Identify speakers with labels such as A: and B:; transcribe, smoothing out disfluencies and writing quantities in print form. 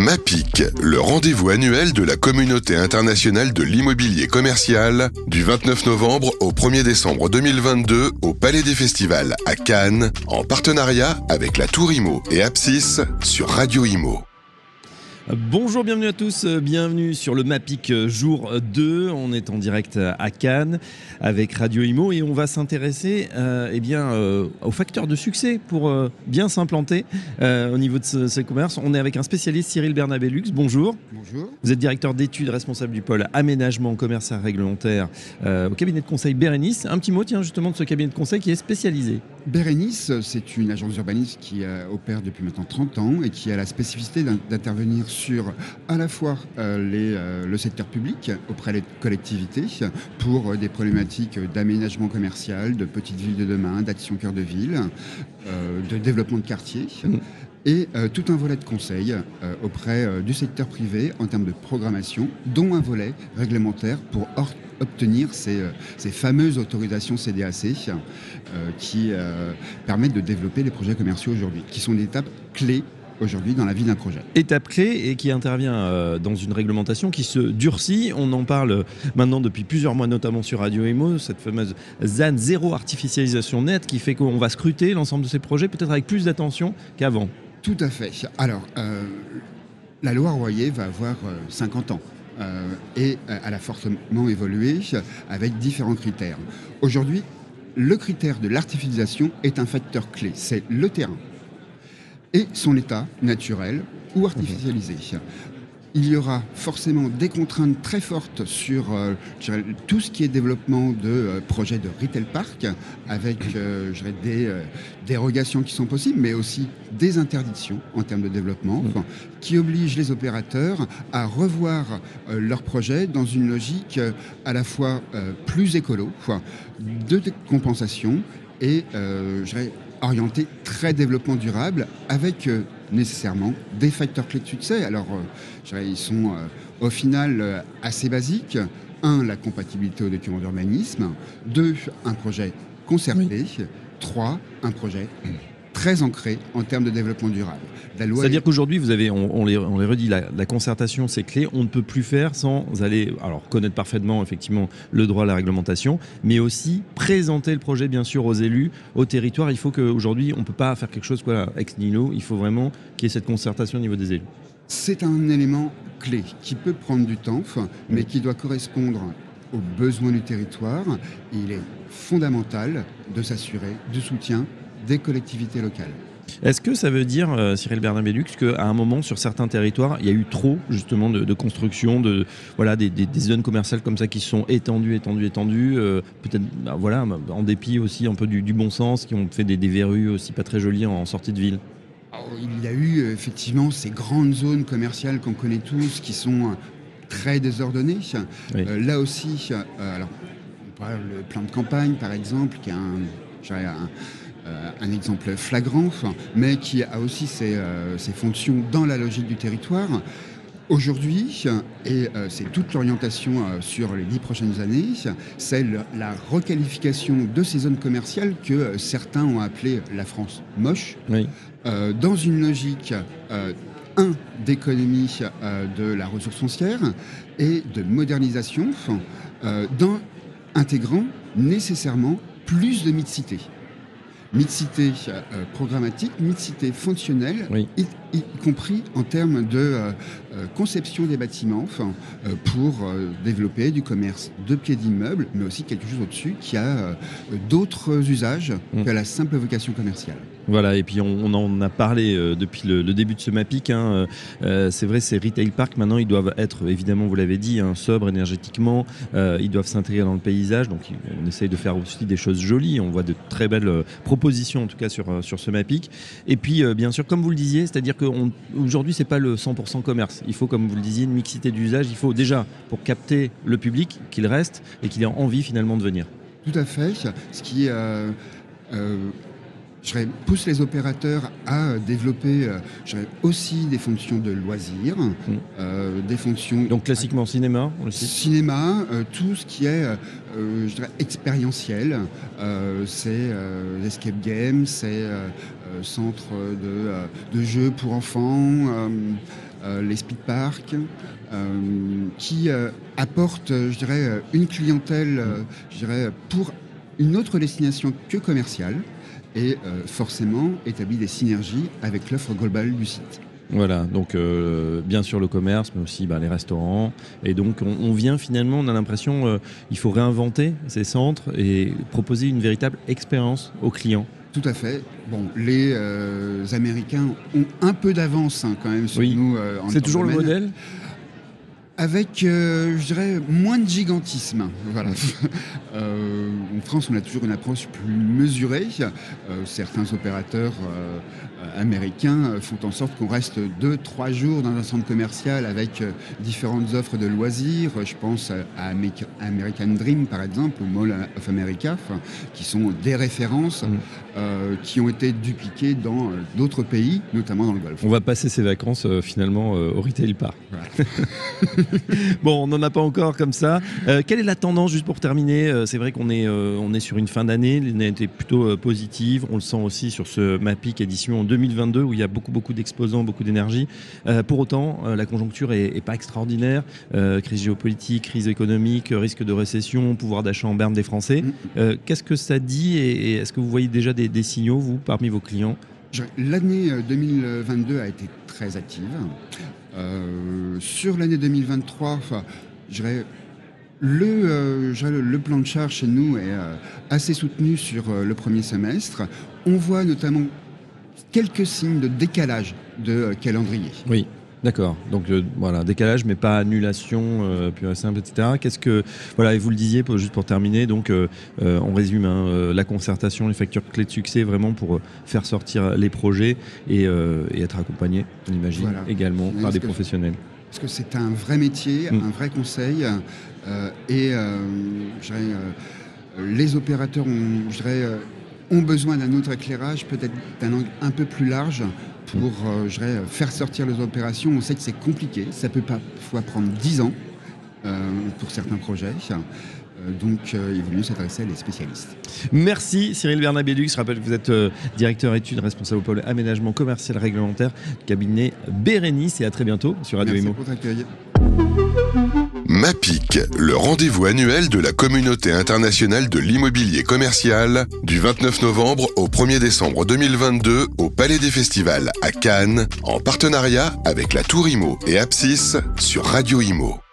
A: MAPIC, le rendez-vous annuel de la communauté internationale de l'immobilier commercial, du 29 novembre au 1er décembre 2022 au Palais des Festivals à Cannes, en partenariat avec la Tour Imo et Apsis sur Radio Imo.
B: Bonjour, bienvenue à tous, bienvenue sur le MAPIC jour 2. On est en direct à Cannes avec Radio Imo et on va s'intéresser aux facteurs de succès pour bien s'implanter au niveau de ces commerces. On est avec un spécialiste, Cyril Bernabé-Lux. Bonjour.
C: Bonjour.
B: Vous êtes directeur d'études, responsable du pôle aménagement, commerce et réglementaire au cabinet de conseil Bérénice. Un petit mot justement de ce cabinet de conseil qui est spécialisé.
C: Bérénice, c'est une agence urbaniste qui opère depuis maintenant 30 ans et qui a la spécificité d'intervenir sur à la fois le secteur public auprès des collectivités pour des problématiques d'aménagement commercial, de petites villes de demain, d'action cœur de ville, de développement de quartier. Et tout un volet de conseil auprès du secteur privé en termes de programmation, dont un volet réglementaire pour obtenir ces fameuses autorisations CDAC qui permettent de développer les projets commerciaux aujourd'hui, qui sont des étapes clés aujourd'hui dans la vie d'un projet.
B: Étape clé et qui intervient dans une réglementation qui se durcit. On en parle maintenant depuis plusieurs mois, notamment sur Radio Imo, cette fameuse ZAN, zéro artificialisation nette, qui fait qu'on va scruter l'ensemble de ces projets peut-être avec plus d'attention qu'avant.
C: Tout à fait. Alors, la loi Royer va avoir 50 ans. Et elle a fortement évolué avec différents critères. Aujourd'hui, le critère de l'artificialisation est un facteur clé. C'est le terrain et son état naturel ou artificialisé. Il y aura forcément des contraintes très fortes sur tout ce qui est développement de projets de retail park, avec des dérogations qui sont possibles, mais aussi des interdictions en termes de développement, qui obligent les opérateurs à revoir leurs projets dans une logique à la fois plus écolo, de compensation et orienté très développement durable avec nécessairement des facteurs clés de succès. Alors, ils sont au final assez basiques. 1, la compatibilité aux documents d'urbanisme. 2, un projet concerté. 3, un projet très ancré en termes de développement durable.
B: C'est-à-dire qu'aujourd'hui, vous avez, on les redit, la concertation, c'est clé. On ne peut plus faire sans aller, connaître parfaitement, effectivement, le droit à la réglementation, mais aussi présenter le projet, bien sûr, aux élus, au territoire. Il faut qu'aujourd'hui, on ne peut pas faire quelque chose ex nihilo. Il faut vraiment qu'il y ait cette concertation au niveau des élus.
C: C'est un élément clé qui peut prendre du temps, mais qui doit correspondre aux besoins du territoire. Et il est fondamental de s'assurer du soutien des collectivités locales.
B: Est-ce que ça veut dire, Cyril Bernabé-Lux, qu'à un moment, sur certains territoires, il y a eu trop, justement, de construction, des zones commerciales comme ça qui se sont étendues, peut-être, en dépit aussi un peu du bon sens, qui ont fait des verrues aussi pas très jolies en sortie de ville?
C: Il y a eu effectivement ces grandes zones commerciales qu'on connaît tous, qui sont très désordonnées. Oui. Là aussi, on parle le plan de campagne, par exemple, qui est un exemple flagrant, mais qui a aussi ses fonctions dans la logique du territoire. Aujourd'hui, et c'est toute l'orientation sur les 10 prochaines années, c'est la requalification de ces zones commerciales que certains ont appelées la France moche, oui. Dans une logique d'économie de la ressource foncière et de modernisation, intégrant nécessairement plus de mixité. Mixité programmatique, mixité fonctionnelle, oui. y compris en termes de conception des bâtiments pour développer du commerce de pieds d'immeuble, mais aussi quelque chose au-dessus qui a d'autres usages que la simple vocation commerciale.
B: Voilà, et puis on en a parlé depuis le début de ce MAPIC. C'est vrai, ces retail parks, maintenant, ils doivent être, évidemment, vous l'avez dit, sobres énergétiquement. Ils doivent s'intégrer dans le paysage. Donc, on essaye de faire aussi des choses jolies. On voit de très belles propositions, en tout cas, sur ce MAPIC. Et puis, bien sûr, comme vous le disiez, c'est-à-dire qu'aujourd'hui, c'est pas le 100% commerce. Il faut, comme vous le disiez, une mixité d'usage. Il faut déjà, pour capter le public, qu'il reste et qu'il ait envie, finalement, de venir.
C: Tout à fait. Ce qui pousse les opérateurs à développer aussi des fonctions de loisirs, des fonctions...
B: Donc classiquement cinéma aussi.
C: Cinéma, tout ce qui est expérientiel, c'est escape game, c'est centre de jeux pour enfants, les speed parks, qui apportent, je dirais, une clientèle, je dirais, pour une autre destination que commerciale, et forcément établit des synergies avec l'offre globale du site.
B: Voilà, donc bien sûr le commerce, mais aussi les restaurants. Et donc on vient finalement, on a l'impression il faut réinventer ces centres et proposer une véritable expérience aux clients.
C: Tout à fait. Bon, les Américains ont un peu d'avance quand même sur nous.
B: C'est toujours le modèle ?
C: Avec, je dirais, moins de gigantisme. Voilà. En France, on a toujours une approche plus mesurée. Certains opérateurs américains font en sorte qu'on reste 2-3 jours dans un centre commercial avec différentes offres de loisirs. Je pense à American Dream, par exemple, ou Mall of America, qui sont des références qui ont été dupliquées dans d'autres pays, notamment dans le Golfe.
B: On va passer ces vacances finalement au Retail Park. Voilà. Bon, on n'en a pas encore comme ça. Quelle est la tendance, juste pour terminer ? C'est vrai qu'on est sur une fin d'année. L'année a été plutôt positive. On le sent aussi sur ce MAPIC édition en 2022 où il y a beaucoup d'exposants, beaucoup d'énergie. Pour autant, la conjoncture est pas extraordinaire. Crise géopolitique, crise économique, risque de récession, pouvoir d'achat en berne des Français. Qu'est-ce que ça dit et est-ce que vous voyez déjà des signaux, vous, parmi vos clients ?
C: L'année 2022 a été très active. Sur l'année 2023, je dirais, le plan de charge chez nous est assez soutenu sur le premier semestre. On voit notamment quelques signes de décalage de calendrier.
B: Oui. D'accord, donc voilà, décalage mais pas annulation pure et simple, etc. Et vous le disiez, juste pour terminer, donc on résume la concertation, les factures clés de succès, vraiment pour faire sortir les projets et être accompagné, on imagine, également par des professionnels.
C: Parce que c'est un vrai métier, un vrai conseil, les opérateurs ont besoin d'un autre éclairage, peut-être d'un angle un peu plus large, pour faire sortir les opérations. On sait que c'est compliqué, ça peut parfois prendre 10 ans pour certains projets. Donc il vaut mieux s'adresser à des spécialistes.
B: Merci Cyril Bernabédux. Je rappelle que vous êtes directeur études responsable au pôle aménagement commercial réglementaire du cabinet Bérénice, et à très bientôt sur Radio Imo.
C: Merci pour votre accueil.
A: MAPIC, le rendez-vous annuel de la communauté internationale de l'immobilier commercial, du 29 novembre au 1er décembre 2022 au Palais des Festivals à Cannes, en partenariat avec la Tour Imo et Apsis sur Radio Imo.